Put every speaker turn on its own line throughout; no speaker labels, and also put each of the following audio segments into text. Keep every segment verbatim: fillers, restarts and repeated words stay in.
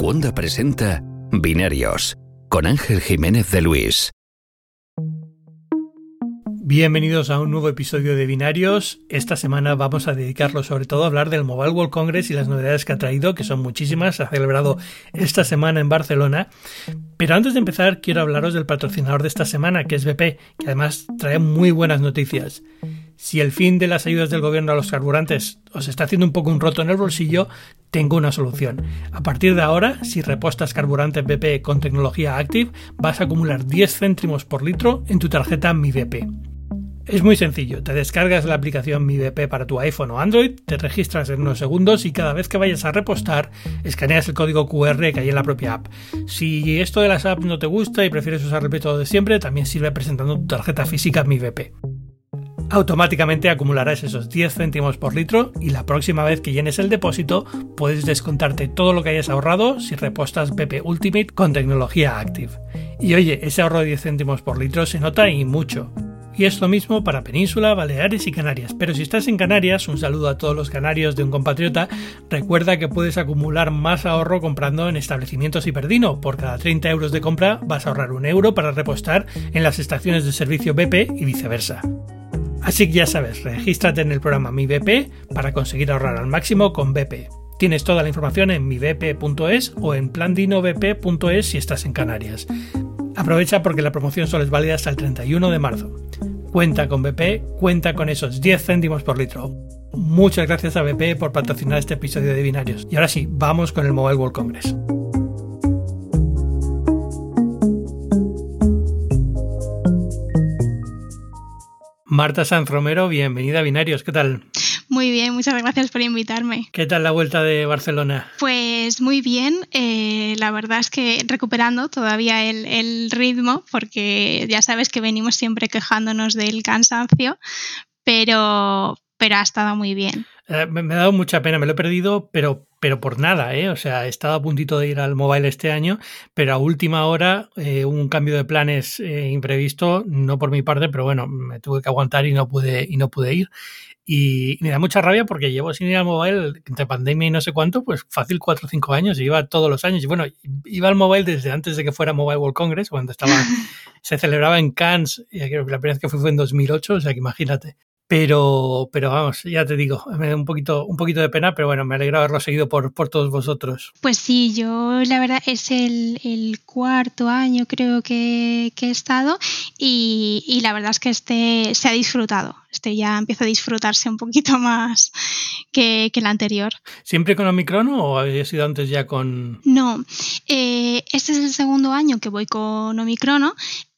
Segunda presenta Binarios, con Ángel Jiménez de Luis.
Bienvenidos a un nuevo episodio de Binarios. Esta semana vamos a dedicarlo sobre todo a hablar del Mobile World Congress y las novedades que ha traído, que son muchísimas. Se ha celebrado esta semana en Barcelona. Pero antes de empezar, quiero hablaros del patrocinador de esta semana, que es B P, que además trae muy buenas noticias. Si el fin de las ayudas del gobierno a los carburantes os está haciendo un poco un roto en el bolsillo, tengo una solución. A partir de ahora, si repostas carburante B P con tecnología Active, vas a acumular diez céntimos por litro en tu tarjeta Mi B P. Es muy sencillo, te descargas la aplicación Mi B P para tu iPhone o Android, te registras en unos segundos y cada vez que vayas a repostar, escaneas el código cu erre que hay en la propia app. Si esto de las apps no te gusta y prefieres usar el método de siempre, también sirve presentando tu tarjeta física Mi B P. Automáticamente acumularás esos diez céntimos por litro y la próxima vez que llenes el depósito puedes descontarte todo lo que hayas ahorrado si repostas B P Ultimate con tecnología Active. Y oye, ese ahorro de diez céntimos por litro se nota y mucho. Y es lo mismo para Península, Baleares y Canarias. Pero si estás en Canarias, un saludo a todos los canarios de un compatriota, recuerda que puedes acumular más ahorro comprando en establecimientos Hiperdino. Por cada treinta euros de compra vas a ahorrar un euro para repostar en las estaciones de servicio B P y viceversa. Así que ya sabes, regístrate en el programa Mi B P para conseguir ahorrar al máximo con B P. Tienes toda la información en mi b p punto es o en plan dino b p punto es si estás en Canarias. Aprovecha porque la promoción solo es válida hasta el treinta y uno de marzo. Cuenta con B P, cuenta con esos diez céntimos por litro. Muchas gracias a B P por patrocinar este episodio de Binarios. Y ahora sí, vamos con el Mobile World Congress. Marta Sanz Romero, bienvenida a Binarios, ¿qué tal?
Muy bien, muchas gracias por invitarme.
¿Qué tal la vuelta de Barcelona?
Pues muy bien, eh, la verdad es que recuperando todavía el, el ritmo, porque ya sabes que venimos siempre quejándonos del cansancio, pero, pero ha estado muy bien.
Eh, me, me ha dado mucha pena, me lo he perdido, pero, pero por nada, ¿eh? O sea, he estado a puntito de ir al Mobile este año, pero a última hora eh, hubo un cambio de planes eh, imprevisto, no por mi parte, pero bueno, me tuve que aguantar y no pude, y no pude ir. Y me da mucha rabia porque llevo sin ir al Mobile entre pandemia y no sé cuánto, pues fácil cuatro o cinco años, y iba todos los años. Y bueno, iba al Mobile desde antes de que fuera Mobile World Congress, cuando estaba se celebraba en Cannes, y creo que la primera vez que fui fue en dos mil ocho, o sea que imagínate. Pero, pero vamos, ya te digo, me da un poquito, un poquito de pena, pero bueno, me alegra haberlo seguido por, por todos vosotros.
Pues sí, yo la verdad es el, el cuarto año creo que, que he estado y, y la verdad es que este se ha disfrutado. Este ya empieza a disfrutarse un poquito más que, que el anterior.
¿Siempre con Omicron o había sido antes ya con...?
No, eh, este es el segundo año que voy con Omicron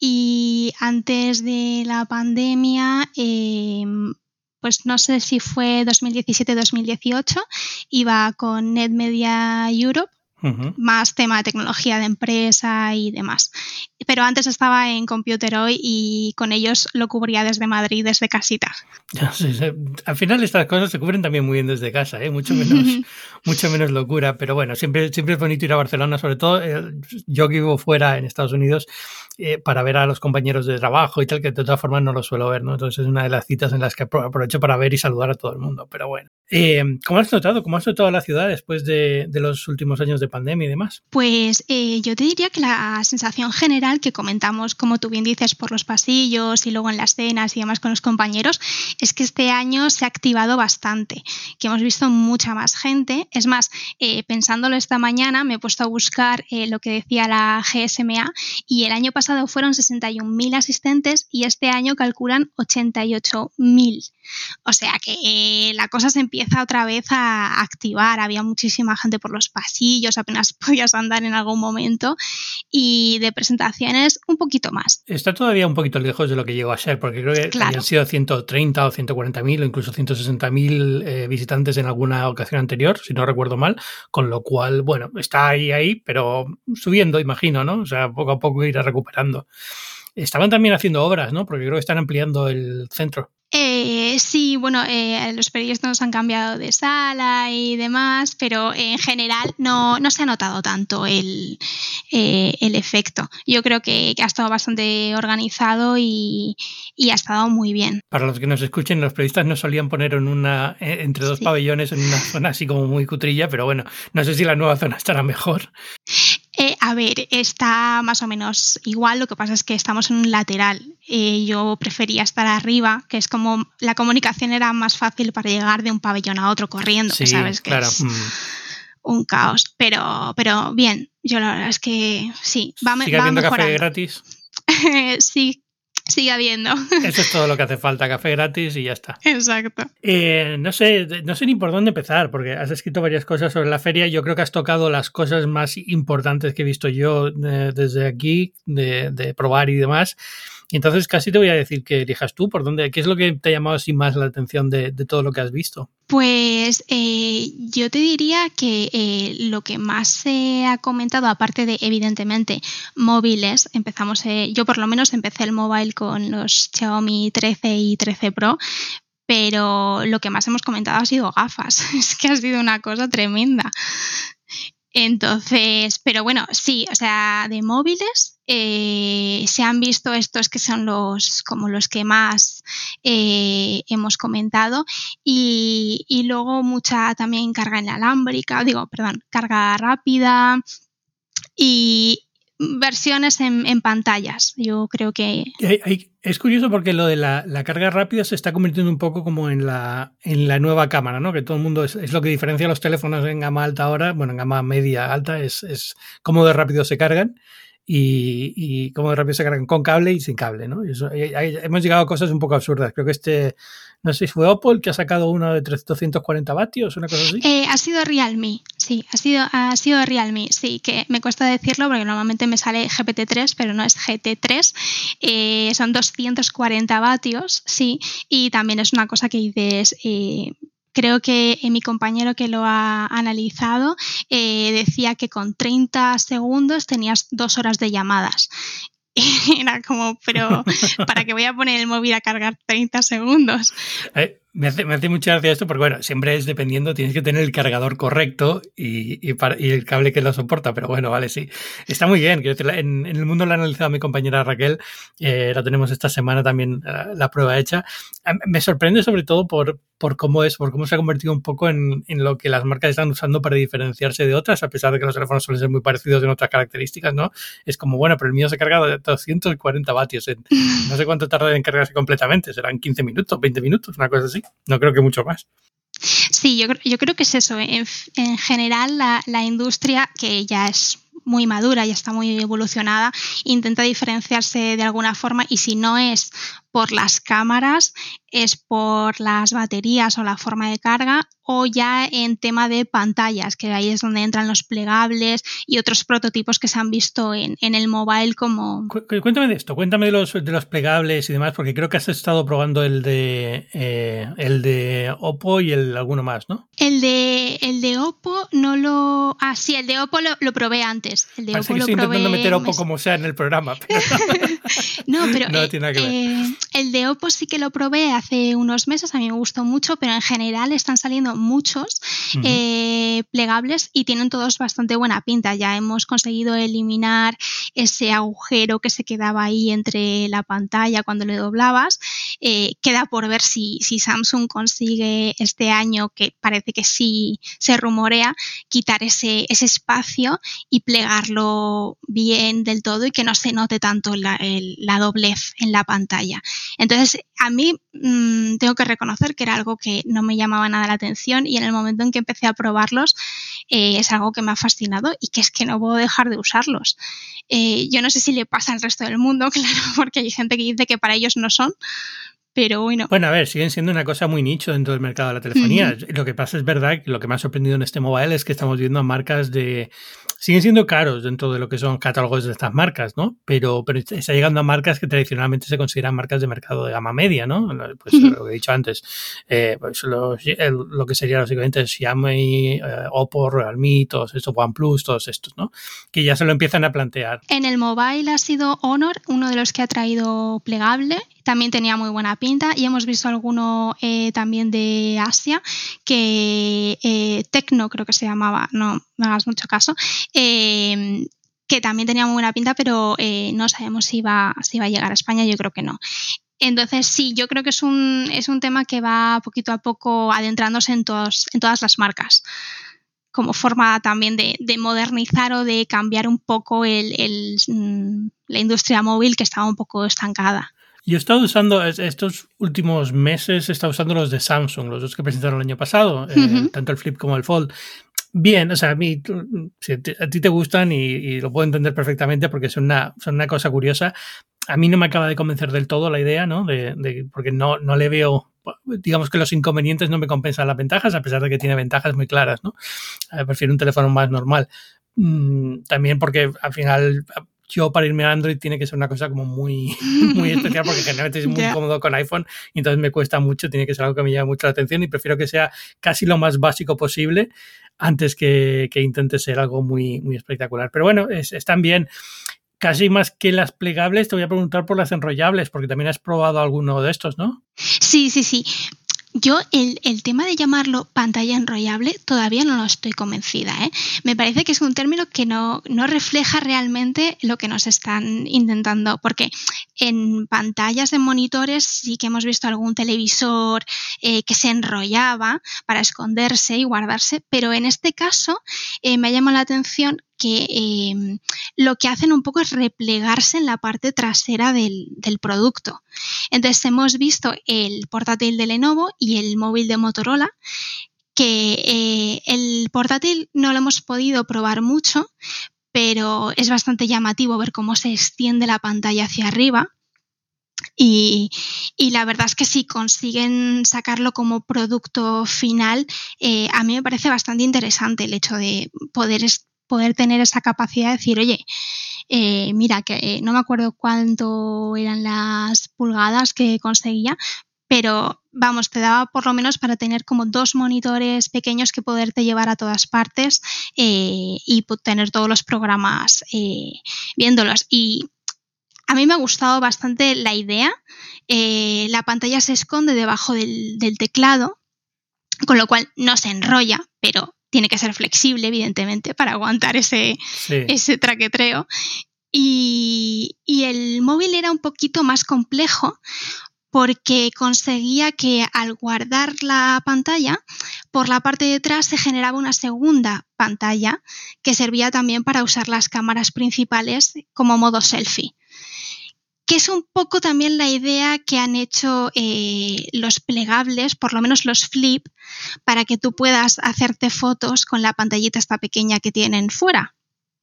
y antes de la pandemia, eh, pues no sé si fue dos mil diecisiete dos mil dieciocho, iba con NetMedia Europe. Uh-huh. Más tema de tecnología de empresa y demás. Pero antes estaba en Computer Hoy y con ellos lo cubría desde Madrid, desde casita.
Sí, sí. Al final estas cosas se cubren también muy bien desde casa, ¿eh? Mucho menos, mucho menos locura. Pero bueno, siempre, siempre es bonito ir a Barcelona, sobre todo eh, yo que vivo fuera en Estados Unidos, eh, para ver a los compañeros de trabajo y tal, que de todas formas no los suelo ver, ¿no? Entonces es una de las citas en las que aprovecho para ver y saludar a todo el mundo. Pero bueno, eh, ¿cómo has notado? ¿Cómo has notado la ciudad después de, de los últimos años de pandemia y demás?
Pues eh, yo te diría que la sensación general que comentamos, como tú bien dices, por los pasillos y luego en las cenas y demás con los compañeros, es que este año se ha activado bastante, que hemos visto mucha más gente. Es más, eh, pensándolo esta mañana, me he puesto a buscar eh, lo que decía la G S M A y el año pasado fueron sesenta y un mil asistentes y este año calculan ochenta y ocho mil. O sea que eh, la cosa se empieza otra vez a activar. Había muchísima gente por los pasillos, apenas podías andar en algún momento y de presentaciones un poquito más.
Está todavía un poquito lejos de lo que llegó a ser, porque creo que claro. Habían sido ciento treinta o ciento cuarenta mil o incluso ciento sesenta mil eh, visitantes en alguna ocasión anterior, si no recuerdo mal, con lo cual, bueno, está ahí, ahí, pero subiendo, imagino, ¿no? O sea, poco a poco irá recuperando. Estaban también haciendo obras, ¿no? Porque creo que están ampliando el centro.
Eh, Eh, sí, bueno, eh, los periodistas han cambiado de sala y demás, pero en general no, no se ha notado tanto el, eh, el efecto. Yo creo que, que ha estado bastante organizado y, y ha estado muy bien.
Para los que nos escuchen, los periodistas nos solían poner en una, entre dos sí. pabellones en una zona así como muy cutrilla, pero bueno, no sé si la nueva zona estará mejor.
Eh, a ver, está más o menos igual, lo que pasa es que estamos en un lateral. Eh, yo prefería estar arriba, que es como la comunicación era más fácil para llegar de un pabellón a otro corriendo,
sí,
que sabes que
claro.
es
mm.
un caos. Pero, pero bien, yo la verdad es que sí. Va,
¿Sigue
va
habiendo
mejorando.
café gratis?
Sí. Sigue habiendo.
Eso es todo lo que hace falta, café gratis y ya está.
Exacto.
Eh, no sé, no sé ni por dónde empezar, porque has escrito varias cosas sobre la feria. Yo creo que has tocado las cosas más importantes que he visto yo eh, desde aquí, de, de probar y demás. Y entonces casi te voy a decir que elijas tú, por dónde, ¿qué es lo que te ha llamado así más la atención de, de todo lo que has visto?
Pues eh, yo te diría que eh, lo que más se ha comentado, aparte de evidentemente móviles, empezamos, eh, yo por lo menos empecé el mobile con los Xiaomi trece y trece Pro, pero lo que más hemos comentado ha sido gafas. Es que ha sido una cosa tremenda. Entonces, pero bueno, sí, o sea, de móviles eh, se han visto estos que son los como los que más eh, hemos comentado y, y luego mucha también carga inalámbrica, digo, perdón, carga rápida y versiones en, en pantallas. Yo creo que...
Hay, hay, es curioso porque lo de la, la carga rápida se está convirtiendo un poco como en la, en la nueva cámara, ¿no? Que todo el mundo es, es lo que diferencia a los teléfonos en gama alta ahora, bueno, en gama media alta, es, es cómo de rápido se cargan y, y cómo de rápido se cargan con cable y sin cable, ¿no? Y eso, hay, hay, hemos llegado a cosas un poco absurdas. Creo que este, no sé si fue Oppo el que ha sacado uno de doscientos cuarenta vatios, una cosa así.
Eh, ha sido Realme, sí, ha sido, ha sido Realme, sí, que me cuesta decirlo porque normalmente me sale G P T tres, pero no es G T tres, eh, son doscientos cuarenta vatios, sí, y también es una cosa que dices... Eh, Creo que eh, mi compañero que lo ha analizado eh, decía que con treinta segundos tenías dos horas de llamadas. Era como, pero ¿para qué voy a poner el móvil a cargar treinta segundos?
Eh, me, hace, me hace mucha gracia esto porque, bueno, siempre es dependiendo, tienes que tener el cargador correcto y, y, para, y el cable que lo soporta, pero bueno, vale, sí. Está muy bien. En, en el mundo lo ha analizado mi compañera Raquel, eh, la tenemos esta semana también la, la prueba hecha. Me sorprende sobre todo por, por cómo es, por cómo se ha convertido un poco en, en lo que las marcas están usando para diferenciarse de otras, a pesar de que los teléfonos suelen ser muy parecidos en otras características, ¿no? Es como, bueno, pero el mío se carga de doscientos cuarenta vatios. En, no sé cuánto tarda en cargarse completamente, serán quince minutos, veinte minutos, una cosa así. No creo que mucho más.
Sí, yo, yo creo que es eso. En, en general, la, la industria, que ya es muy madura, ya está muy evolucionada, intenta diferenciarse de alguna forma y si no es por las cámaras, es por las baterías o la forma de carga o ya en tema de pantallas, que ahí es donde entran los plegables y otros prototipos que se han visto en, en el mobile como...
Cuéntame de esto, cuéntame de los, de los plegables y demás, porque creo que has estado probando el de eh, el de Oppo y el alguno más, ¿no?
El de, el de Oppo no lo... Ah, sí, el de Oppo lo, lo probé antes. El de
Parece
Oppo
que
lo
estoy
probé
intentando meter Oppo
mes...
como sea en el programa, pero...
no, pero
no
eh,
tiene nada que ver.
Eh, el de Oppo sí que lo probé hace unos meses, a mí me gustó mucho, pero en general están saliendo muchos uh-huh. eh, plegables y tienen todos bastante buena pinta. Ya hemos conseguido eliminar ese agujero que se quedaba ahí entre la pantalla cuando le doblabas. Eh, queda por ver si, si Samsung consigue este año, que parece que sí se rumorea, quitar ese, ese espacio y plegarlo bien del todo y que no se note tanto la, el, la doblez en la pantalla. Entonces, a mí mmm, tengo que reconocer que era algo que no me llamaba nada la atención y en el momento en que empecé a probarlos eh, es algo que me ha fascinado y que es que no puedo dejar de usarlos. Eh, yo no sé si le pasa al resto del mundo, claro, porque hay gente que dice que para ellos no son, pero bueno.
Bueno, a ver, siguen siendo una cosa muy nicho dentro del mercado de la telefonía. Uh-huh. Lo que pasa es verdad que lo que me ha sorprendido en este mobile es que estamos viendo a marcas de... Siguen siendo caros dentro de lo que son catálogos de estas marcas, ¿no? Pero, pero está llegando a marcas que tradicionalmente se consideran marcas de mercado de gama media, ¿no? Pues uh-huh. lo que he dicho antes, eh, pues los, el, lo que sería básicamente Xiaomi, eh, Oppo, Realme, todos estos, OnePlus, todos estos, ¿no? Que ya se lo empiezan a plantear.
En el mobile ha sido Honor uno de los que ha traído plegable también tenía muy buena pinta, y hemos visto alguno eh, también de Asia, que eh, Tecno creo que se llamaba, no me hagas mucho caso, eh, que también tenía muy buena pinta, pero eh, no sabemos si va, si va a llegar a España, yo creo que no. Entonces sí, yo creo que es un, es un tema que va poquito a poco adentrándose en, todos, en todas las marcas, como forma también de, de modernizar o de cambiar un poco el, el, la industria móvil, que estaba un poco estancada.
Yo he estado usando, estos últimos meses, he estado usando los de Samsung, los dos que presentaron el año pasado, uh-huh. eh, tanto el Flip como el Fold. Bien, o sea, a mí, si a ti te gustan y, y lo puedo entender perfectamente porque son una, son una cosa curiosa. A mí no me acaba de convencer del todo la idea, ¿no? De, de, porque no, no le veo, digamos que los inconvenientes no me compensan las ventajas, a pesar de que tiene ventajas muy claras, ¿no? Eh, prefiero un teléfono más normal. Mm, también porque al final yo para irme a Android tiene que ser una cosa como muy, muy especial, porque generalmente es muy yeah. cómodo con iPhone y entonces me cuesta mucho, tiene que ser algo que me llame mucho la atención y prefiero que sea casi lo más básico posible antes que, que intente ser algo muy, muy espectacular. Pero bueno, es, están bien. Casi más que las plegables, te voy a preguntar por las enrollables, porque también has probado alguno de estos, ¿no?
Sí, sí, sí. Yo el, el tema de llamarlo pantalla enrollable todavía no lo estoy convencida, ¿eh? Me parece que es un término que no, no refleja realmente lo que nos están intentando, porque en pantallas de monitores sí que hemos visto algún televisor eh, que se enrollaba para esconderse y guardarse, pero en este caso eh, me ha llamado la atención que eh, lo que hacen un poco es replegarse en la parte trasera del, del producto. Entonces hemos visto el portátil de Lenovo y el móvil de Motorola, que eh, el portátil no lo hemos podido probar mucho, pero es bastante llamativo ver cómo se extiende la pantalla hacia arriba. Y, y la verdad es que si consiguen sacarlo como producto final, eh, a mí me parece bastante interesante el hecho de poder poder tener esa capacidad de decir, oye, eh, mira, que eh, no me acuerdo cuánto eran las pulgadas que conseguía, pero vamos, te daba por lo menos para tener como dos monitores pequeños que poderte llevar a todas partes eh, y tener todos los programas eh, viéndolos. Y a mí me ha gustado bastante la idea. Eh, la pantalla se esconde debajo del, del teclado, con lo cual no se enrolla, pero tiene que ser flexible, evidentemente, para aguantar ese, sí. ese traquetreo. Y, y el móvil era un poquito más complejo porque conseguía que al guardar la pantalla, por la parte de atrás se generaba una segunda pantalla que servía también para usar las cámaras principales como modo selfie. Que es un poco también la idea que han hecho eh, los plegables, por lo menos los Flip, para que tú puedas hacerte fotos con la pantallita esta pequeña que tienen fuera.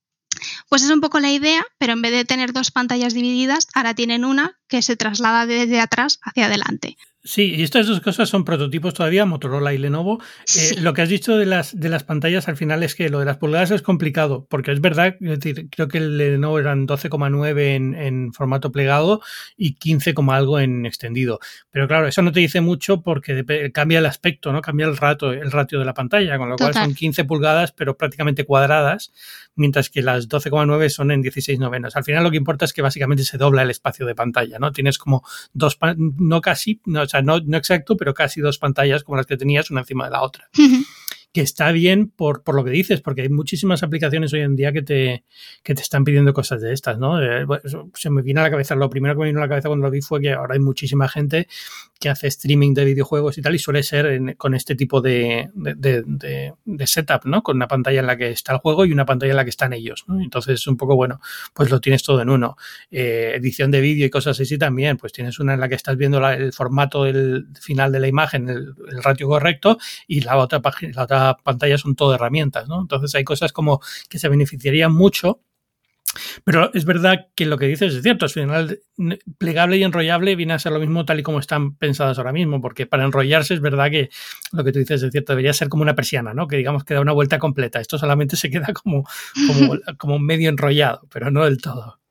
Pues es un poco la idea, pero en vez de tener dos pantallas divididas, ahora tienen una que se traslada desde atrás hacia adelante.
Sí, y estas dos cosas son prototipos todavía, Motorola y Lenovo. Sí. Eh, lo que has dicho de las, de las pantallas al final es que lo de las pulgadas es complicado, porque es verdad, es decir, creo que el Lenovo eran doce coma nueve en, en formato plegado y quince, algo en extendido. Pero claro, eso no te dice mucho porque de, cambia el aspecto, ¿no? Cambia el ratio, el ratio de la pantalla, con lo Total. Cual son quince pulgadas, pero prácticamente cuadradas, mientras que las doce coma nueve son en dieciséis novenos. Al final lo que importa es que básicamente se dobla el espacio de pantalla, ¿no? Tienes como dos, no casi, no, o sea, No, no exacto, pero casi dos pantallas como las que tenías una encima de la otra. Uh-huh. Que está bien por, por lo que dices, porque hay muchísimas aplicaciones hoy en día que te, que te están pidiendo cosas de estas, ¿no? Eh, se me viene a la cabeza, lo primero que me vino a la cabeza cuando lo vi fue que ahora hay muchísima gente que hace streaming de videojuegos y tal, y suele ser en, con este tipo de, de, de, de, de setup, ¿no? Con una pantalla en la que está el juego y una pantalla en la que están ellos, ¿no? Entonces, un poco, bueno, pues lo tienes todo en uno. Eh, edición de vídeo y cosas así también, pues tienes una en la que estás viendo la, el formato del final de la imagen, el, el ratio correcto, y la otra página, la otra pantalla son todo herramientas, ¿no? Entonces hay cosas como que se beneficiarían mucho, pero es verdad que lo que dices es cierto. Al final, plegable y enrollable viene a ser lo mismo tal y como están pensadas ahora mismo, porque para enrollarse es verdad que lo que tú dices es cierto, debería ser como una persiana, ¿no? Que digamos que da una vuelta completa. Esto solamente se queda como, como, como medio enrollado, pero no del todo.
Sí,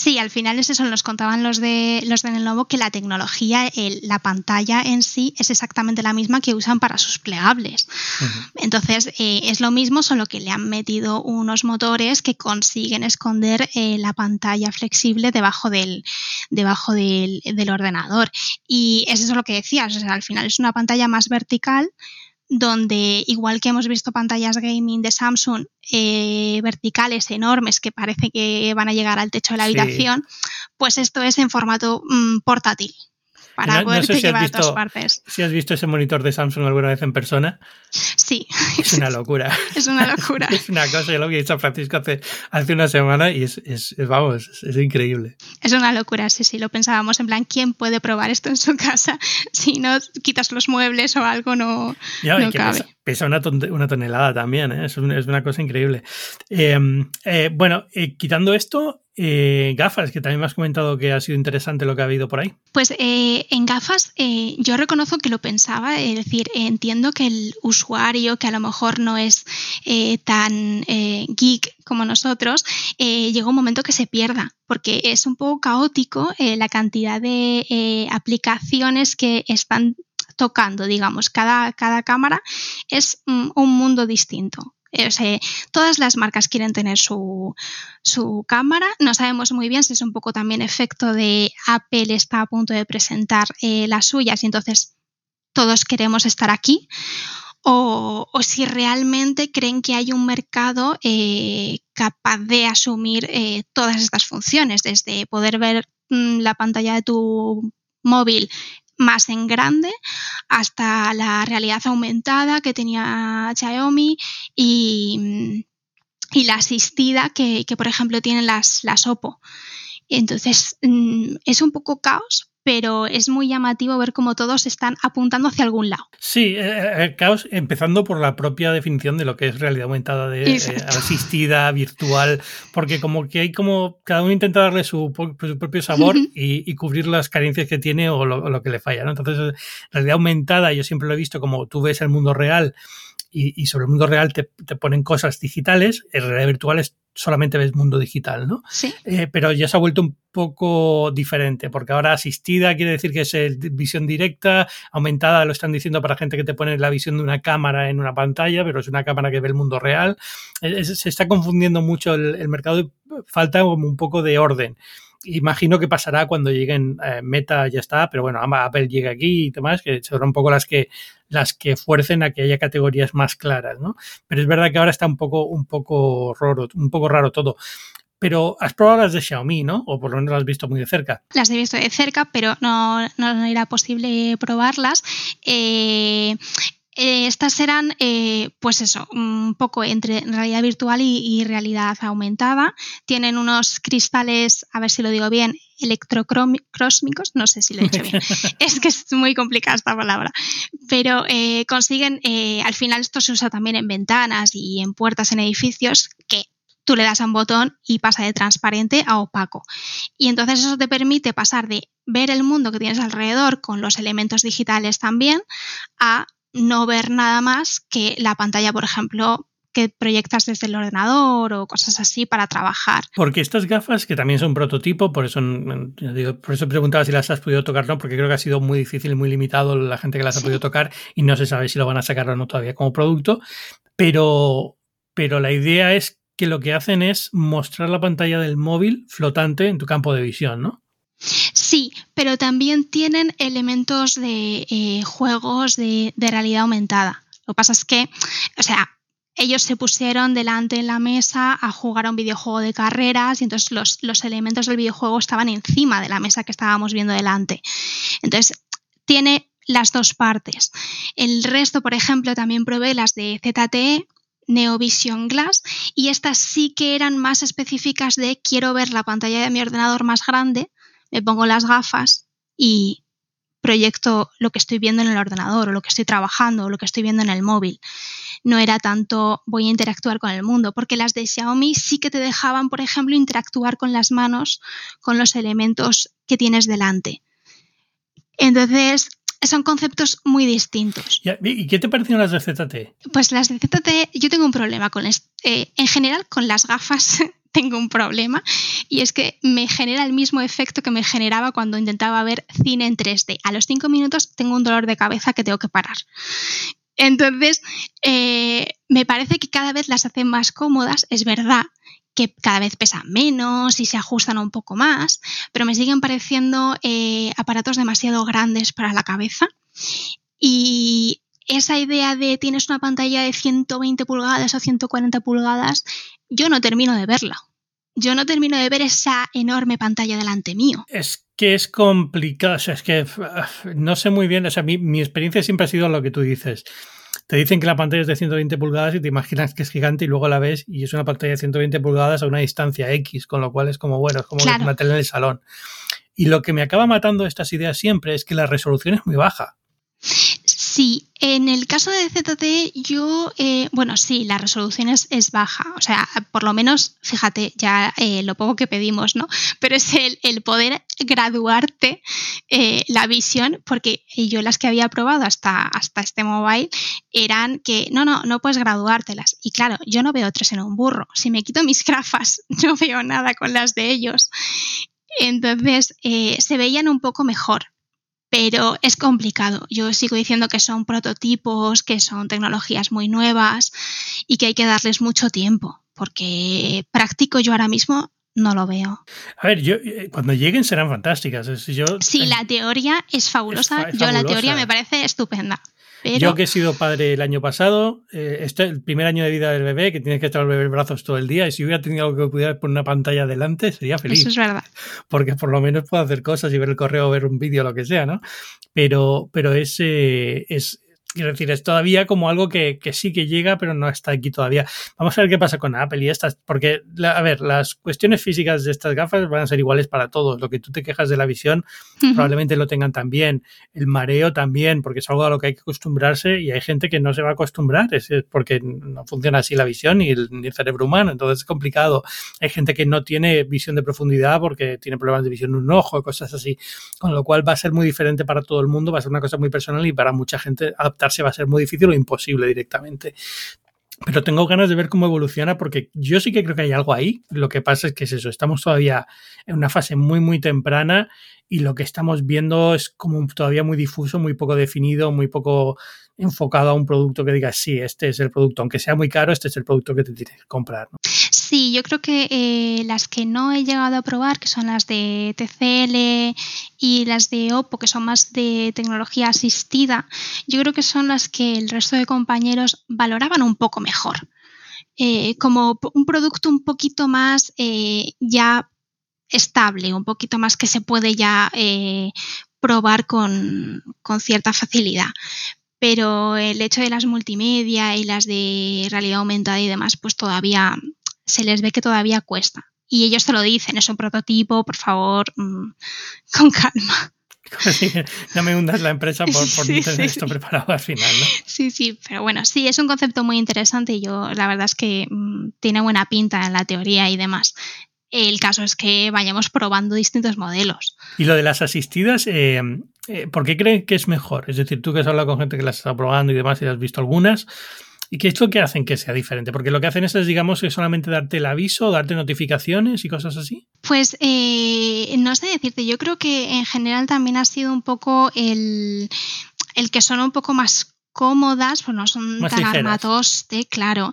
Sí, al final es eso, nos contaban los de los de Lenovo que la tecnología, el, la pantalla en sí es exactamente la misma que usan para sus plegables. Uh-huh. Entonces eh, es lo mismo, solo que le han metido unos motores que consiguen esconder eh, la pantalla flexible debajo del debajo del, del ordenador. Y es eso lo que decías, o sea, al final es una pantalla más vertical, donde igual que hemos visto pantallas gaming de Samsung eh, verticales enormes que parece que van a llegar al techo de la habitación, sí. Pues esto es en formato mmm, portátil para
no,
poderte
no sé si
llevar
visto,
a todas partes.
Si has visto ese monitor de Samsung alguna vez en persona.
Sí.
Es una locura.
Es una locura.
Es una cosa, yo lo que he dicho a Francisco hace, hace una semana y es, es, es vamos, es, es increíble.
Es una locura, sí, sí, lo pensábamos en plan, ¿quién puede probar esto en su casa? Si no quitas los muebles o algo, no,
ya,
no
que
cabe.
Pesa, pesa una, ton, una tonelada también, ¿eh? es, un, es una cosa increíble. Eh, eh, bueno, eh, quitando esto, eh, gafas, que también me has comentado que ha sido interesante lo que ha habido por ahí.
Pues eh, en gafas eh, yo reconozco que lo pensaba, es decir, entiendo que el usuario que a lo mejor no es eh, tan eh, geek como nosotros, eh, llega un momento que se pierda, porque es un poco caótico eh, la cantidad de eh, aplicaciones que están tocando, digamos, cada, cada cámara es mm, un mundo distinto. O sea, todas las marcas quieren tener su, su cámara. No sabemos muy bien si es un poco también efecto de Apple está a punto de presentar eh, las suyas y entonces todos queremos estar aquí. O, o si realmente creen que hay un mercado eh, capaz de asumir eh, todas estas funciones, desde poder ver mmm, la pantalla de tu móvil más en grande hasta la realidad aumentada que tenía Xiaomi y, y la asistida que, que por ejemplo tienen las, las Oppo. Entonces mmm, es un poco caos, pero es muy llamativo ver cómo todos están apuntando hacia algún lado.
Sí, eh, el caos empezando por la propia definición de lo que es realidad aumentada, de eh, asistida, virtual, porque como que hay como, cada uno intenta darle su, su propio sabor uh-huh. y, y cubrir las carencias que tiene o lo, o lo que le falla, ¿no? Entonces, realidad aumentada yo siempre lo he visto como tú ves el mundo real y, y sobre el mundo real te, te ponen cosas digitales, en realidad virtual es solamente ves mundo digital, ¿no?
Sí.
Eh, pero ya se ha vuelto un poco diferente, porque ahora asistida quiere decir que es el, visión directa, aumentada lo están diciendo para gente que te pone la visión de una cámara en una pantalla, pero es una cámara que ve el mundo real. Es, se está confundiendo mucho el, el mercado y falta como un poco de orden. Imagino que pasará cuando lleguen eh, Meta, ya está, pero bueno, Apple llega aquí y demás, que serán un poco las que las que fuercen a que haya categorías más claras, ¿no? Pero es verdad que ahora está un poco un poco raro, un poco raro todo. Pero has probado las de Xiaomi, ¿no? O por lo menos las has visto muy de cerca.
Las he visto de cerca, pero no, no era posible probarlas. Eh, Eh, estas eran, eh, pues eso, un poco entre realidad virtual y, y realidad aumentada. Tienen unos cristales, a ver si lo digo bien, electrocrósmicos, no sé si lo he dicho bien. Es que es muy complicada esta palabra. Pero eh, consiguen, eh, al final esto se usa también en ventanas y en puertas en edificios, que tú le das a un botón y pasa de transparente a opaco. Y entonces eso te permite pasar de ver el mundo que tienes alrededor con los elementos digitales también a no ver nada más que la pantalla, por ejemplo, que proyectas desde el ordenador o cosas así para trabajar.
Porque estas gafas, que también son prototipo, por eso digo, por eso preguntaba si las has podido tocar, no, porque creo que ha sido muy difícil y muy limitado la gente que las sí. ha podido tocar y no se sabe si lo van a sacar o no todavía como producto, pero, pero la idea es que lo que hacen es mostrar la pantalla del móvil flotante en tu campo de visión, ¿no?
Sí, pero también tienen elementos de eh, juegos de, de realidad aumentada. Lo que pasa es que, o sea, ellos se pusieron delante en la mesa a jugar a un videojuego de carreras y entonces los, los elementos del videojuego estaban encima de la mesa que estábamos viendo delante. Entonces, tiene las dos partes. El resto, por ejemplo, también probé las de Z T E, Neo Vision Glass, y estas sí que eran más específicas de quiero ver la pantalla de mi ordenador más grande, me pongo las gafas y proyecto lo que estoy viendo en el ordenador o lo que estoy trabajando o lo que estoy viendo en el móvil. No era tanto voy a interactuar con el mundo, porque las de Xiaomi sí que te dejaban, por ejemplo, interactuar con las manos, con los elementos que tienes delante. Entonces, son conceptos muy distintos.
¿Y qué te parecieron las de Z T?
Pues las de Z T, yo tengo un problema con es, eh, en general con las gafas tengo un problema, y es que me genera el mismo efecto que me generaba cuando intentaba ver cine en tres D. A los cinco minutos tengo un dolor de cabeza que tengo que parar. Entonces, eh, me parece que cada vez las hacen más cómodas, es verdad que cada vez pesan menos y se ajustan un poco más, pero me siguen pareciendo eh, aparatos demasiado grandes para la cabeza. Y esa idea de tienes una pantalla de ciento veinte pulgadas o ciento cuarenta pulgadas, yo no termino de verla. Yo no termino de ver esa enorme pantalla delante mío.
Es que es complicado, o sea, es que no sé muy bien, o sea, mi, mi experiencia siempre ha sido lo que tú dices. Te dicen que la pantalla es de ciento veinte pulgadas y te imaginas que es gigante y luego la ves y es una pantalla de ciento veinte pulgadas a una distancia X, con lo cual es como, bueno, es como claro, una tele en el salón. Y lo que me acaba matando estas ideas siempre es que la resolución es muy baja.
Sí, en el caso de Z T yo, eh, bueno, sí, la resolución es, es baja, o sea, por lo menos, fíjate, ya eh, lo poco que pedimos, ¿no? Pero es el, el poder graduarte eh, la visión, porque yo las que había probado hasta, hasta este mobile eran que, no, no, no puedes graduártelas. Y claro, yo no veo tres en un burro, si me quito mis gafas no veo nada con las de ellos. Entonces, eh, se veían un poco mejor. Pero es complicado. Yo sigo diciendo que son prototipos, que son tecnologías muy nuevas y que hay que darles mucho tiempo, porque práctico yo ahora mismo no lo veo.
A ver, yo cuando lleguen serán fantásticas. Yo,
sí, eh, la teoría es fabulosa. Es, es yo fabulosa. La teoría me parece estupenda. Pero...
Yo que he sido padre el año pasado, eh, este es el primer año de vida del bebé, que tienes que estar el bebé en brazos todo el día, y si hubiera tenido algo que pudiera poner una pantalla delante, sería feliz.
Eso es verdad.
Porque por lo menos puedo hacer cosas y ver el correo o ver un vídeo o lo que sea, ¿no? Pero, pero es, eh, es, quiero decir, es todavía como algo que, que sí que llega, pero no está aquí todavía. Vamos a ver qué pasa con Apple y estas, porque, la, a ver, las cuestiones físicas de estas gafas van a ser iguales para todos. Lo que tú te quejas de la visión, uh-huh. probablemente lo tengan también. El mareo también, porque es algo a lo que hay que acostumbrarse y hay gente que no se va a acostumbrar, es, es porque no funciona así la visión ni el, ni el cerebro humano, entonces es complicado. Hay gente que no tiene visión de profundidad porque tiene problemas de visión en un ojo, cosas así, con lo cual va a ser muy diferente para todo el mundo, va a ser una cosa muy personal y para mucha gente adaptar va a ser muy difícil o imposible directamente. Pero tengo ganas de ver cómo evoluciona porque yo sí que creo que hay algo ahí. Lo que pasa es que es eso, estamos todavía en una fase muy muy temprana y lo que estamos viendo es como todavía muy difuso, muy poco definido, muy poco enfocado a un producto que diga sí, este es el producto, aunque sea muy caro, este es el producto que te tienes que comprar, ¿no?
Sí, yo creo que eh, las que no he llegado a probar, que son las de T C L y las de Oppo, que son más de tecnología asistida, yo creo que son las que el resto de compañeros valoraban un poco mejor. Eh, como un producto un poquito más eh, ya estable, un poquito más que se puede ya eh, probar con, con cierta facilidad. Pero el hecho de las multimedia y las de realidad aumentada y demás, pues todavía se les ve que todavía cuesta. Y ellos te lo dicen, es un prototipo, por favor, mmm, con calma.
Sí, no me hundas la empresa por, por
sí,
no tener
sí,
esto
sí.
preparado al final, ¿no?
Sí, sí, pero bueno, sí, es un concepto muy interesante y yo la verdad es que mmm, tiene buena pinta en la teoría y demás. El caso es que vayamos probando distintos modelos.
Y lo de las asistidas, eh, eh, ¿por qué creen que es mejor? Es decir, tú que has hablado con gente que las está probando y demás y has visto algunas, ¿y qué es lo que hacen que sea diferente? Porque lo que hacen es, digamos, es solamente darte el aviso, darte notificaciones y cosas así.
Pues eh, no sé decirte, yo creo que en general también ha sido un poco el, el que son un poco más cómodas, pues no son
más
tan
ligeras.
armatoste, claro.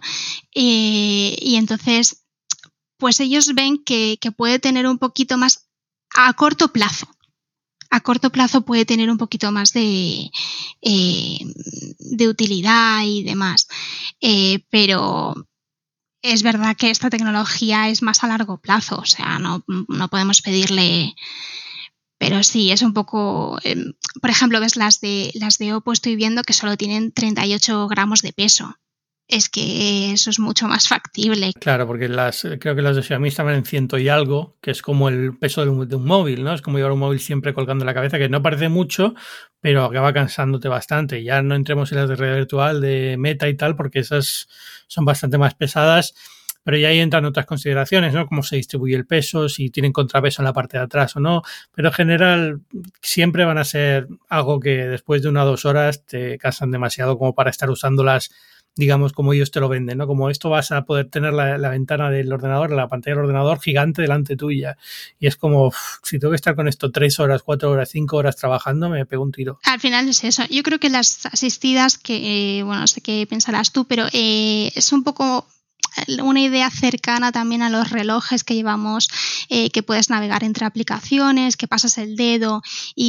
Eh, y entonces, pues ellos ven que, que puede tener un poquito más a corto plazo. A corto plazo puede tener un poquito más de, eh, de utilidad y demás. Eh, pero es verdad que esta tecnología es más a largo plazo, o sea, no, no podemos pedirle... Pero sí, es un poco... Eh, por ejemplo, ves las de, las de Oppo, estoy viendo que solo tienen treinta y ocho gramos de peso. Es que eso es mucho más factible.
Claro, porque las creo que las de Xiaomi estaban en ciento y algo, que es como el peso de un, de un móvil, ¿no? Es como llevar un móvil siempre colgando en la cabeza, que no parece mucho, pero acaba cansándote bastante. Ya no entremos en las de realidad virtual, de Meta y tal, porque esas son bastante más pesadas. pero ya ahí entran otras consideraciones, ¿no? Cómo se distribuye el peso, si tienen contrapeso en la parte de atrás o no, pero en general siempre van a ser algo que después de una o dos horas te cansan demasiado como para estar usándolas, digamos, como ellos te lo venden, ¿no? Como esto vas a poder tener la, la ventana del ordenador, la pantalla del ordenador gigante delante tuya. Y es como, uff, si tengo que estar con esto tres horas, cuatro horas, cinco horas trabajando, me pego un tiro.
Al final es eso. Yo creo que las asistidas, que eh, bueno, no sé qué pensarás tú, pero eh, es un poco una idea cercana también a los relojes que llevamos, eh, que puedes navegar entre aplicaciones, que pasas el dedo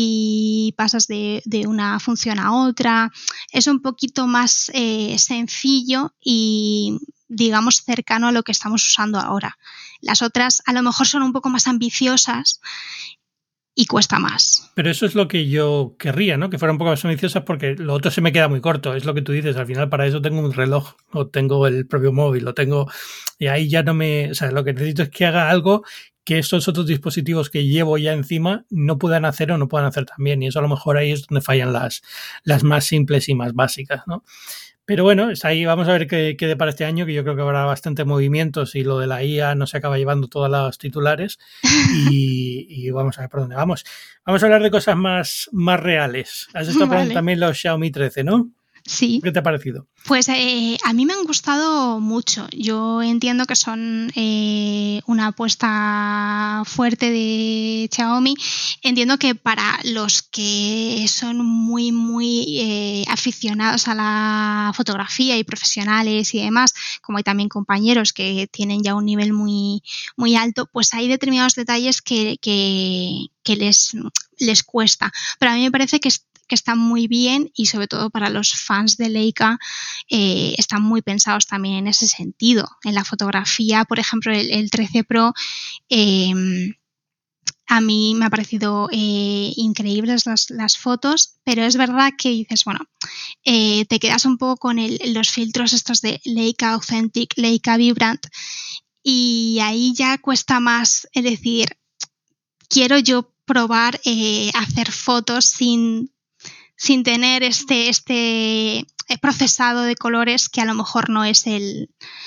y pasas de, de una función a otra. Es un poquito más eh, sencillo y, digamos, cercano a lo que estamos usando ahora. Las otras a lo mejor son un poco más ambiciosas y cuesta más.
Pero eso es lo que yo querría, ¿no? Que fuera un poco más ambiciosas, porque lo otro se me queda muy corto. Es lo que tú dices. Al final, para eso tengo un reloj o tengo el propio móvil o tengo... Y ahí ya no me... O sea, lo que necesito es que haga algo que estos otros dispositivos que llevo ya encima no puedan hacer o no puedan hacer también. Y eso a lo mejor ahí es donde fallan las, las más simples y más básicas, ¿no? Pero bueno, es ahí, vamos a ver qué, qué depara este año, que yo creo que habrá bastante movimientos y lo de la I A no se acaba llevando todos los titulares y, y vamos a ver por dónde vamos. Vamos a hablar de cosas más, más reales. Has estado
Vale.
probando también los Xiaomi trece, ¿no?
Sí.
¿Qué te ha parecido?
Pues eh, a mí me han gustado mucho. Yo entiendo que son eh, una apuesta fuerte de Xiaomi. Entiendo que para los que son muy, muy eh, aficionados a la fotografía y profesionales y demás, como hay también compañeros que tienen ya un nivel muy, muy alto, pues hay determinados detalles que, que, que les, les cuesta. Pero a mí me parece que es que están muy bien y sobre todo para los fans de Leica eh, están muy pensados también en ese sentido. En la fotografía, por ejemplo, el, el trece Pro eh, a mí me ha parecido eh, increíbles las, las fotos, pero es verdad que dices, bueno, eh, te quedas un poco con el, los filtros estos de Leica Authentic, Leica Vibrant y ahí ya cuesta más, es decir, quiero yo probar eh, hacer fotos sin sin tener este, este procesado de colores que a lo mejor no es el,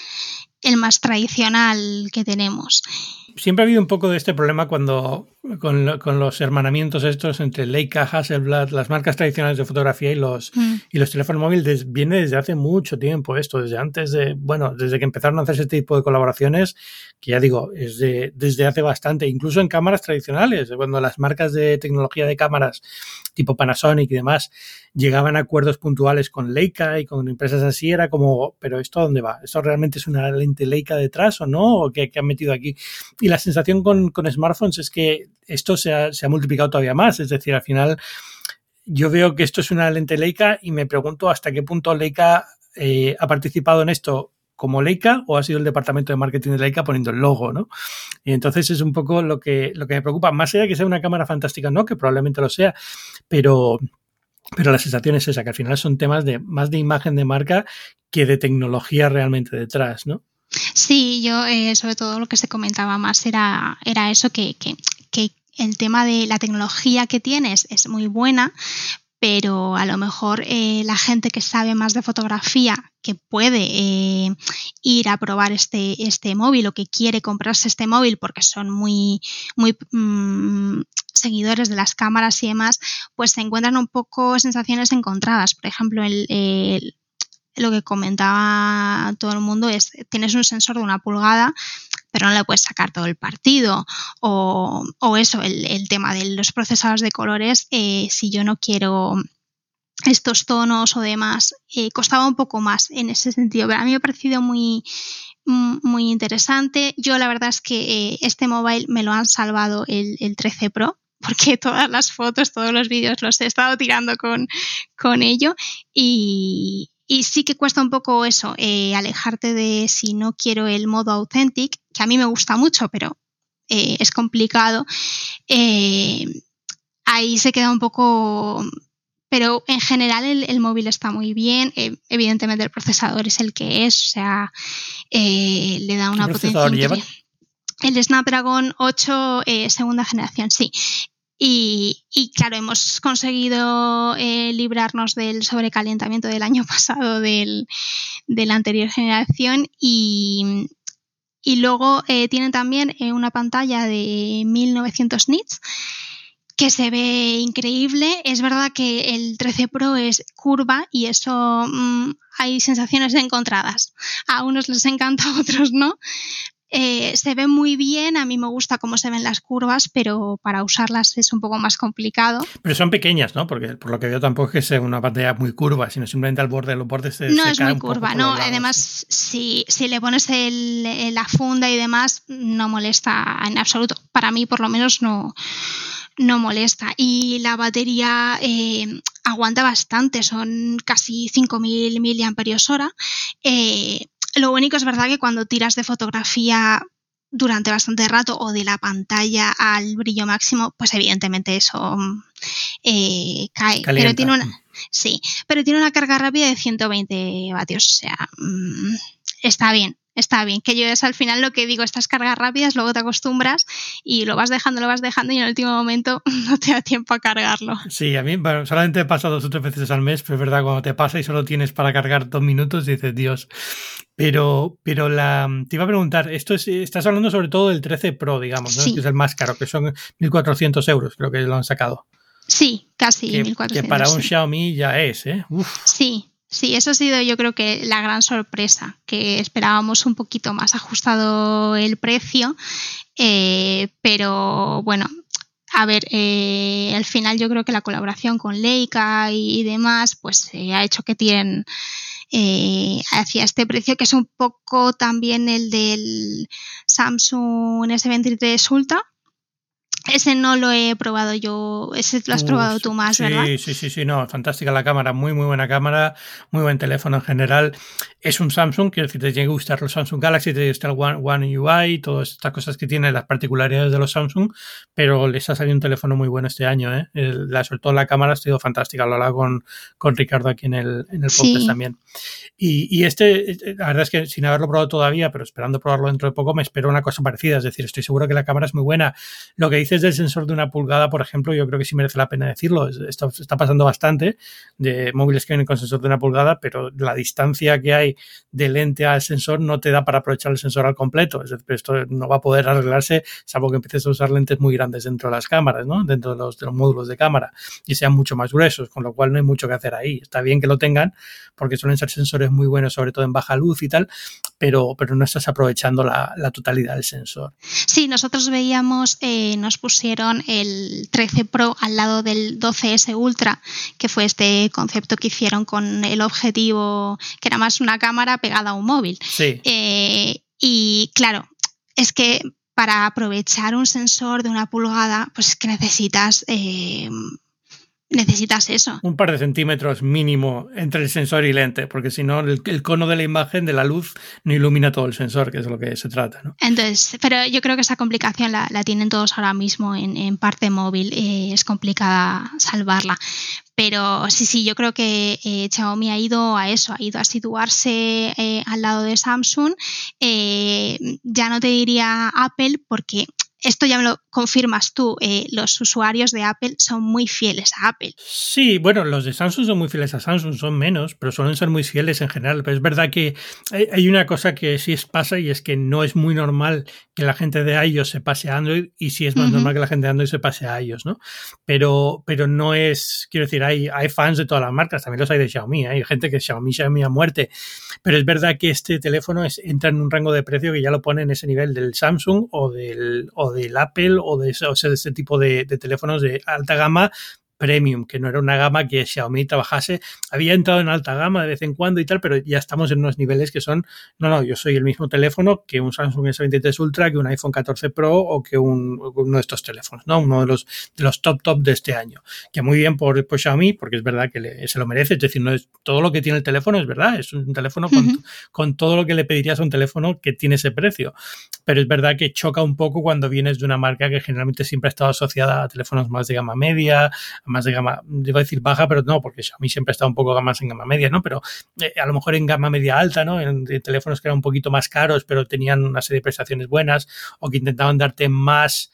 el más tradicional que tenemos.
Siempre ha habido un poco de este problema cuando con, lo, con los hermanamientos estos entre Leica, Hasselblad, las marcas tradicionales de fotografía y los, mm. y los teléfonos móviles. Des, viene desde hace mucho tiempo esto, desde antes de, bueno, desde que empezaron a hacer este tipo de colaboraciones, que ya digo, es de, desde hace bastante, incluso en cámaras tradicionales, cuando las marcas de tecnología de cámaras tipo Panasonic y demás llegaban a acuerdos puntuales con Leica y con empresas así, era como, pero ¿esto a dónde va? ¿Esto realmente es una lente Leica detrás o no? ¿O qué, qué han metido aquí? Y la sensación con, con smartphones es que esto se ha, se ha multiplicado todavía más. Es decir, al final yo veo que esto es una lente Leica y me pregunto hasta qué punto Leica eh, ha participado en esto como Leica o ha sido el departamento de marketing de Leica poniendo el logo, ¿no? Y entonces es un poco lo que, lo que me preocupa. Más allá de que sea una cámara fantástica, no, que probablemente lo sea, pero... Pero la sensación es esa, que al final son temas de más de imagen de marca que de tecnología realmente detrás, ¿no?
Sí, yo eh, sobre todo lo que se comentaba más era, era eso, que, que, que el tema de la tecnología que tienes es muy buena, pero a lo mejor eh, la gente que sabe más de fotografía, que puede eh, ir a probar este, este móvil o que quiere comprarse este móvil porque son muy, muy mmm, seguidores de las cámaras y demás, pues se encuentran un poco sensaciones encontradas. Por ejemplo, el, el, lo que comentaba todo el mundo es, tienes un sensor de una pulgada, pero no le puedes sacar todo el partido, o, o eso, el, el tema de los procesadores de colores, eh, si yo no quiero estos tonos o demás, eh, costaba un poco más en ese sentido, pero a mí me ha parecido muy, muy interesante. Yo la verdad es que eh, este mobile me lo han salvado el, el trece Pro, porque todas las fotos, todos los vídeos los he estado tirando con, con ello y... Y sí que cuesta un poco eso, eh, alejarte de si no quiero el modo authentic, que a mí me gusta mucho, pero eh, es complicado. Eh, ahí se queda un poco... Pero en general el, el móvil está muy bien. Eh, evidentemente el procesador es el que es, o sea, eh, le da una
¿Qué
potencia
procesador
increíble.
lleva?
El Snapdragon ocho eh, segunda generación, sí. Y, y claro, hemos conseguido eh, librarnos del sobrecalentamiento del año pasado del, de la anterior generación y, y luego eh, tienen también eh, una pantalla de mil novecientos nits que se ve increíble. Es verdad que el trece Pro es curva y eso mmm, hay sensaciones encontradas. A unos les encanta, a otros no. Eh, se ve muy bien, a mí me gusta cómo se ven las curvas, pero para usarlas es un poco más complicado.
Pero son pequeñas, ¿no? Porque por lo que veo tampoco es que sea una pantalla muy curva, sino simplemente al borde de los bordes se,
no
se
es
cae
muy
un
curva,
poco
no.
lados,
Además,
sí.
si, si le pones el, la funda y demás, no molesta en absoluto. Para mí, por lo menos, no, no molesta. Y la batería eh, aguanta bastante, son casi cinco mil miliamperios hora. Eh, Lo único es verdad que cuando tiras de fotografía durante bastante rato o de la pantalla al brillo máximo, pues evidentemente eso eh, cae.
Calienta.
Pero tiene una, sí, pero tiene una carga rápida de ciento veinte vatios. O sea, mmm, está bien. Está bien, que yo es al final lo que digo, estas cargas rápidas, luego te acostumbras y lo vas dejando, lo vas dejando y en el último momento no te da tiempo a cargarlo.
Sí, a mí bueno, solamente pasa dos o tres veces al mes, pero es verdad, cuando te pasa y solo tienes para cargar dos minutos, dices, Dios. Pero, pero la, te iba a preguntar, esto es, estás hablando sobre todo del trece Pro, digamos, ¿no?
Sí.
Que es el más caro, que son mil cuatrocientos euros, creo que lo han sacado.
Sí, casi
que,
mil cuatrocientos.
Que para un
sí.
Xiaomi ya es, ¿eh? Uf.
Sí. Sí, eso ha sido yo creo que la gran sorpresa, que esperábamos un poquito más ajustado el precio, eh, pero bueno, a ver, eh, al final yo creo que la colaboración con Leica y, y demás pues eh, ha hecho que tiren eh, hacia este precio, que es un poco también el del Samsung ese veintitrés Ultra. Ese no lo he probado yo, ese lo has uh, probado tú más,
sí,
¿verdad?
Sí, sí, sí, no, fantástica la cámara, muy, muy buena cámara, muy buen teléfono en general. Es un Samsung, quiero decir, te tiene que gustar los Samsung Galaxy, te gusta el One, One U I, todas estas cosas que tienen, las particularidades de los Samsung, pero les ha salido un teléfono muy bueno este año, ¿eh? El, la, sobre todo la cámara ha sido fantástica, lo hablaba con, con Ricardo aquí en el, en el podcast sí. también. Y, y este, la verdad es que sin haberlo probado todavía, pero esperando probarlo dentro de poco, me espero una cosa parecida, es decir, estoy seguro que la cámara es muy buena. Lo que dices del sensor de una pulgada, por ejemplo, yo creo que sí merece la pena decirlo. Esto está pasando bastante de móviles que vienen con sensor de una pulgada, pero la distancia que hay de lente al sensor no te da para aprovechar el sensor al completo. Es decir, esto no va a poder arreglarse salvo que empieces a usar lentes muy grandes dentro de las cámaras, ¿no? Dentro de los, de los módulos de cámara y sean mucho más gruesos, con lo cual no hay mucho que hacer ahí. Está bien que lo tengan porque suelen ser sensores muy buenos, sobre todo en baja luz y tal, pero, pero no estás aprovechando la, la totalidad del sensor.
Sí, nosotros veíamos, eh, nos pusieron el trece Pro al lado del doce ese Ultra, que fue este concepto que hicieron con el objetivo, que era más una cámara pegada a un móvil.
Sí.
Eh, y claro, es que para aprovechar un sensor de una pulgada, pues es que necesitas... Eh, necesitas eso.
Un par de centímetros mínimo entre el sensor y lente, porque si no el, el cono de la imagen, de la luz, no ilumina todo el sensor, que es de lo que se trata, ¿no?
Entonces, pero yo creo que esa complicación la, la tienen todos ahora mismo en, en parte móvil, eh, es complicada salvarla. Pero sí, sí, yo creo que eh, Xiaomi ha ido a eso, ha ido a situarse eh, al lado de Samsung. Eh, ya no te diría Apple porque... Esto ya me lo confirmas tú, eh, los usuarios de Apple son muy fieles a Apple.
Sí, bueno, los de Samsung son muy fieles a Samsung, son menos, pero suelen ser muy fieles en general. Pero es verdad que hay una cosa que sí pasa y es que no es muy normal que la gente de iOS se pase a Android y sí es más uh-huh. normal que la gente de Android se pase a iOS, ¿no? Pero, pero no es, quiero decir, hay, hay fans de todas las marcas, también los hay de Xiaomi, ¿eh? Hay gente que Xiaomi, Xiaomi a muerte, pero es verdad que este teléfono es, entra en un rango de precio que ya lo pone en ese nivel del Samsung o del, o del Apple o de, o sea, de ese tipo de, de teléfonos de alta gama premium, que no era una gama que Xiaomi trabajase, había entrado en alta gama de vez en cuando y tal, pero ya estamos en unos niveles que son, no, no, yo soy el mismo teléfono que un Samsung ese veintitrés Ultra, que un iPhone catorce Pro o que un, uno de estos teléfonos, ¿no? Uno de los, de los top top de este año, que muy bien por, por Xiaomi, porque es verdad que le, se lo merece, es decir, no es todo lo que tiene el teléfono, es verdad, es un teléfono con, uh-huh. con todo lo que le pedirías a un teléfono que tiene ese precio, pero es verdad que choca un poco cuando vienes de una marca que generalmente siempre ha estado asociada a teléfonos más de gama media, más de gama, iba a decir baja, pero no, porque Xiaomi siempre está un poco más en gama media, ¿no? Pero eh, a lo mejor en gama media alta, ¿no? En, en teléfonos que eran un poquito más caros, pero tenían una serie de prestaciones buenas o que intentaban darte más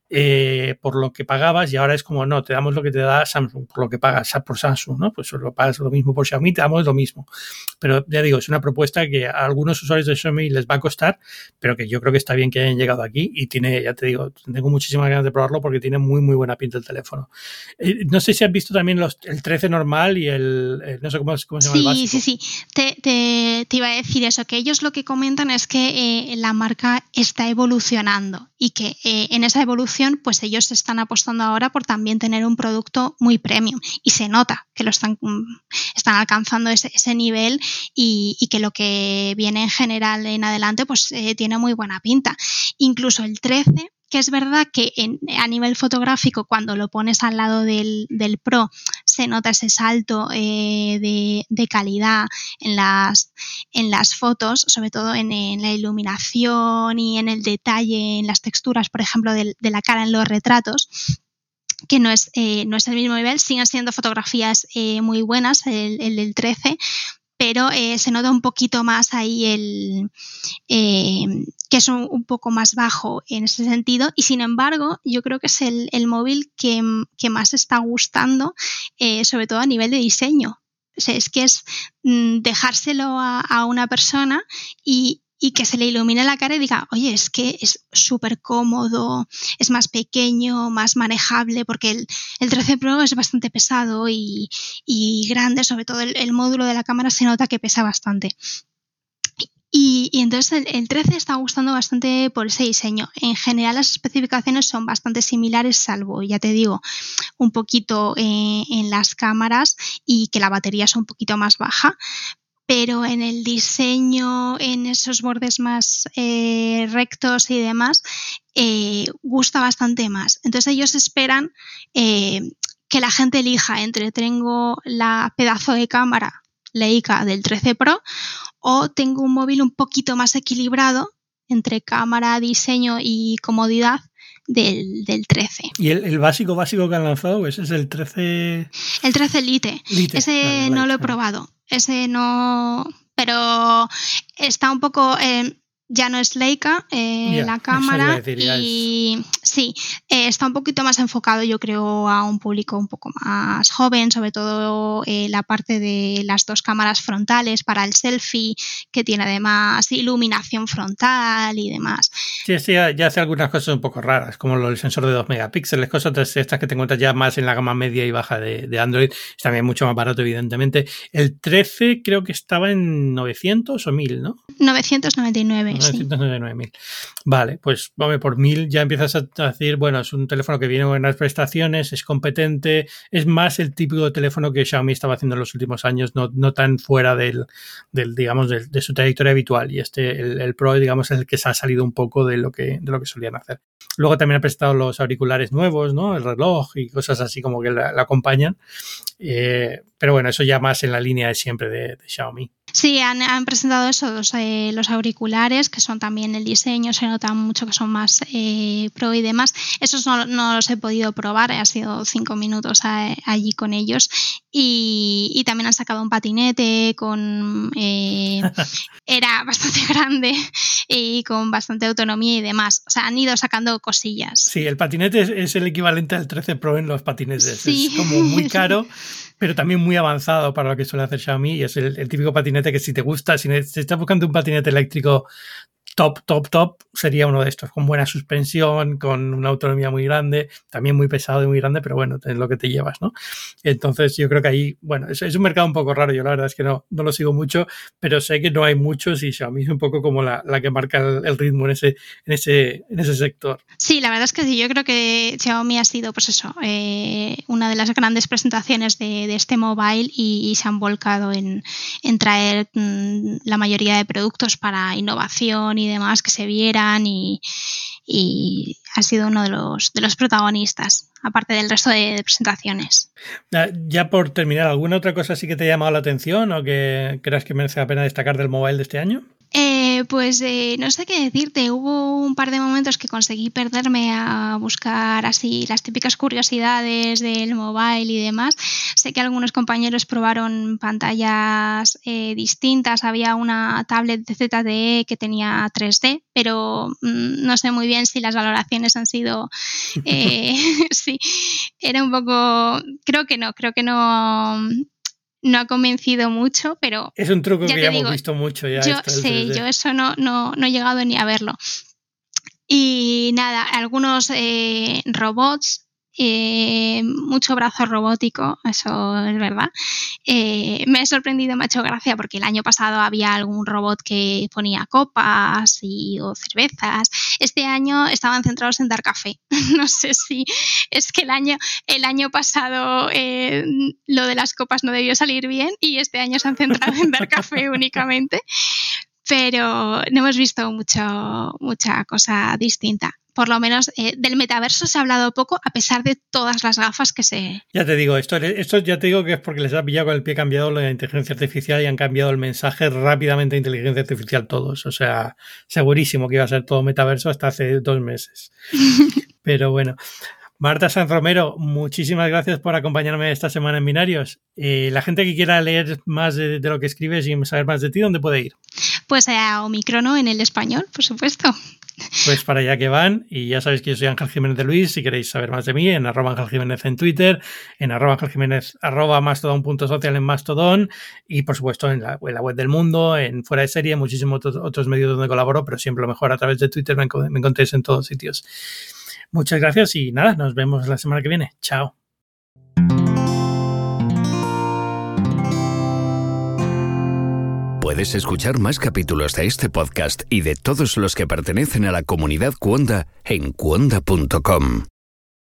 eh, por lo que pagabas y ahora es como, no, te damos lo que te da Samsung, por lo que pagas por Samsung, ¿no? Pues lo pagas lo mismo por Xiaomi, te damos lo mismo. Pero ya digo, es una propuesta que a algunos usuarios de Xiaomi les va a costar, pero que yo creo que está bien que hayan llegado aquí y tiene, ya te digo, tengo muchísimas ganas de probarlo porque tiene muy, muy buena pinta el teléfono. Eh, no sé si has visto también los, el trece normal y el, el no sé cómo, cómo se llama
sí,
el básico.
Sí, sí, sí. Te, te, te iba a decir eso, que ellos lo que comentan es que eh, la marca está evolucionando y que eh, en esa evolución pues ellos están apostando ahora por también tener un producto muy premium y se nota que lo están, están alcanzando ese, ese nivel y, y que lo que viene en general en adelante pues eh, tiene muy buena pinta. Incluso el trece, que es verdad que en, a nivel fotográfico cuando lo pones al lado del, del Pro se nota ese salto eh, de, de calidad en las, en las fotos, sobre todo en, en la iluminación y en el detalle, en las texturas, por ejemplo, de, de la cara en los retratos, que no es, eh, no es el mismo nivel, siguen siendo fotografías eh, muy buenas, el, el del trece, pero eh, se nota un poquito más ahí el eh, que es un, un poco más bajo en ese sentido y sin embargo yo creo que es el, el móvil que, que más está gustando eh, sobre todo a nivel de diseño. O sea, es que es mm, dejárselo a, a una persona y y que se le ilumine la cara y diga, oye, es que es súper cómodo, es más pequeño, más manejable, porque el, el trece Pro es bastante pesado y, y grande, sobre todo el, el módulo de la cámara se nota que pesa bastante. Y, y entonces el, el trece está gustando bastante por ese diseño. En general las especificaciones son bastante similares, salvo, ya te digo, un poquito eh, en las cámaras y que la batería es un poquito más baja. Pero en el diseño, en esos bordes más eh, rectos y demás, eh, gusta bastante más. Entonces ellos esperan eh, que la gente elija entre tengo la pedazo de cámara Leica del trece Pro o tengo un móvil un poquito más equilibrado entre cámara, diseño y comodidad del, del trece.
¿Y el, el básico básico que han lanzado? ¿Ese es el trece?
El trece Lite. Lite. Ese vale, no vale, lo he probado. Ese no... Pero está un poco... Eh, ya no es Leica eh, yeah, la cámara decir, y es... sí, eh, está un poquito más enfocado yo creo a un público un poco más joven, sobre todo eh, la parte de las dos cámaras frontales para el selfie que tiene además iluminación frontal y demás.
Sí, este ya, ya hace algunas cosas un poco raras como el sensor de dos megapíxeles, cosas estas que te encuentras ya más en la gama media y baja de, de Android, es también mucho más barato evidentemente. El trece creo que estaba en novecientos o mil, ¿no?
novecientos noventa y nueve.
novecientos noventa y nueve mil. Vale, pues hombre, por mil ya empiezas a decir, bueno, es un teléfono que viene con buenas prestaciones, es competente, es más el típico teléfono que Xiaomi estaba haciendo en los últimos años, no, no tan fuera del, del digamos, de, de su trayectoria habitual. Y este, el, el Pro, digamos, es el que se ha salido un poco de lo que, de lo que solían hacer. Luego también ha prestado los auriculares nuevos, ¿no? El reloj y cosas así como que la, la acompañan. Eh, pero bueno, eso ya más en la línea de siempre de, de Xiaomi.
Sí, han, han presentado eso, los, eh, los auriculares, que son también el diseño, se nota mucho que son más eh, pro y demás. Esos no, no los he podido probar, ha sido cinco minutos a, allí con ellos. Y, y también han sacado un patinete con... Eh, era bastante grande y con bastante autonomía y demás. O sea, han ido sacando cosillas.
Sí, el patinete es, es el equivalente al trece Pro en los patinetes. Sí. Es como muy caro, pero también muy avanzado para lo que suele hacer Xiaomi y es el, el típico patinete que si te gusta, si, si estás buscando un patinete eléctrico top, top, top, sería uno de estos, con buena suspensión, con una autonomía muy grande, también muy pesado y muy grande, pero bueno, es lo que te llevas, ¿no? Entonces yo creo que ahí, bueno, es, es un mercado un poco raro, yo la verdad es que no, no lo sigo mucho, pero sé que no hay muchos y Xiaomi es un poco como la, la que marca el, el ritmo en ese, en, ese, en ese sector.
Sí, la verdad es que sí, yo creo que Xiaomi ha sido, pues eso, eh, una de las grandes presentaciones de, de este mobile y, y se han volcado en, en traer mmm, la mayoría de productos para innovación y y demás que se vieran y, y ha sido uno de los, de los protagonistas, aparte del resto de, de presentaciones.
Ya por terminar, ¿alguna otra cosa sí que te ha llamado la atención o que creas que merece la pena destacar del mobile de este año?
Eh, Eh, pues eh, no sé qué decirte. Hubo un par de momentos que conseguí perderme a buscar así las típicas curiosidades del mobile y demás. Sé que algunos compañeros probaron pantallas eh, distintas. Había una tablet de Z T E que tenía tres D, pero mmm, no sé muy bien si las valoraciones han sido... Eh, sí, era un poco... Creo que no, creo que no... No ha convencido mucho, pero...
Es un truco
ya
que
te
ya
digo,
hemos visto mucho. Ya
yo sé, yo eso no, no, no he llegado ni a verlo. Y nada, algunos eh, robots, eh, mucho brazo robótico, eso es verdad. Eh, me ha sorprendido, me ha hecho gracia porque el año pasado había algún robot que ponía copas y, o cervezas. Este año estaban centrados en dar café. No sé si es que el año, el año pasado eh, lo de las copas no debió salir bien y este año se han centrado en dar café únicamente. Pero no hemos visto mucho, mucha cosa distinta. Por lo menos eh, del metaverso se ha hablado poco, a pesar de todas las gafas que se...
Ya te digo, esto, esto ya te digo que es porque les ha pillado con el pie cambiado la inteligencia artificial y han cambiado el mensaje rápidamente a inteligencia artificial todos. O sea, segurísimo que iba a ser todo metaverso hasta hace dos meses. Pero bueno. Marta Sanz Romero, muchísimas gracias por acompañarme esta semana en Binarios. Eh, la gente que quiera leer más de, de lo que escribes y saber más de ti, ¿dónde puede ir?
Pues a Omicrono en el español, por supuesto.
Pues para allá que van, y ya sabéis que yo soy Ángel Jiménez de Luis. Si queréis saber más de mí, en arroba Ángel Jiménez en Twitter, en arroba Ángel Jiménez, arroba Mastodon punto social en Mastodon, y por supuesto en la, en la web del Mundo, en Fuera de Serie, muchísimos otros, otros medios donde colaboro, pero siempre lo mejor a través de Twitter, me, me encontréis en todos sitios. Muchas gracias y nada, nos vemos la semana que viene. Chao.
Puedes escuchar más capítulos de este podcast y de todos los que pertenecen a la comunidad Cuonda en cuonda punto com.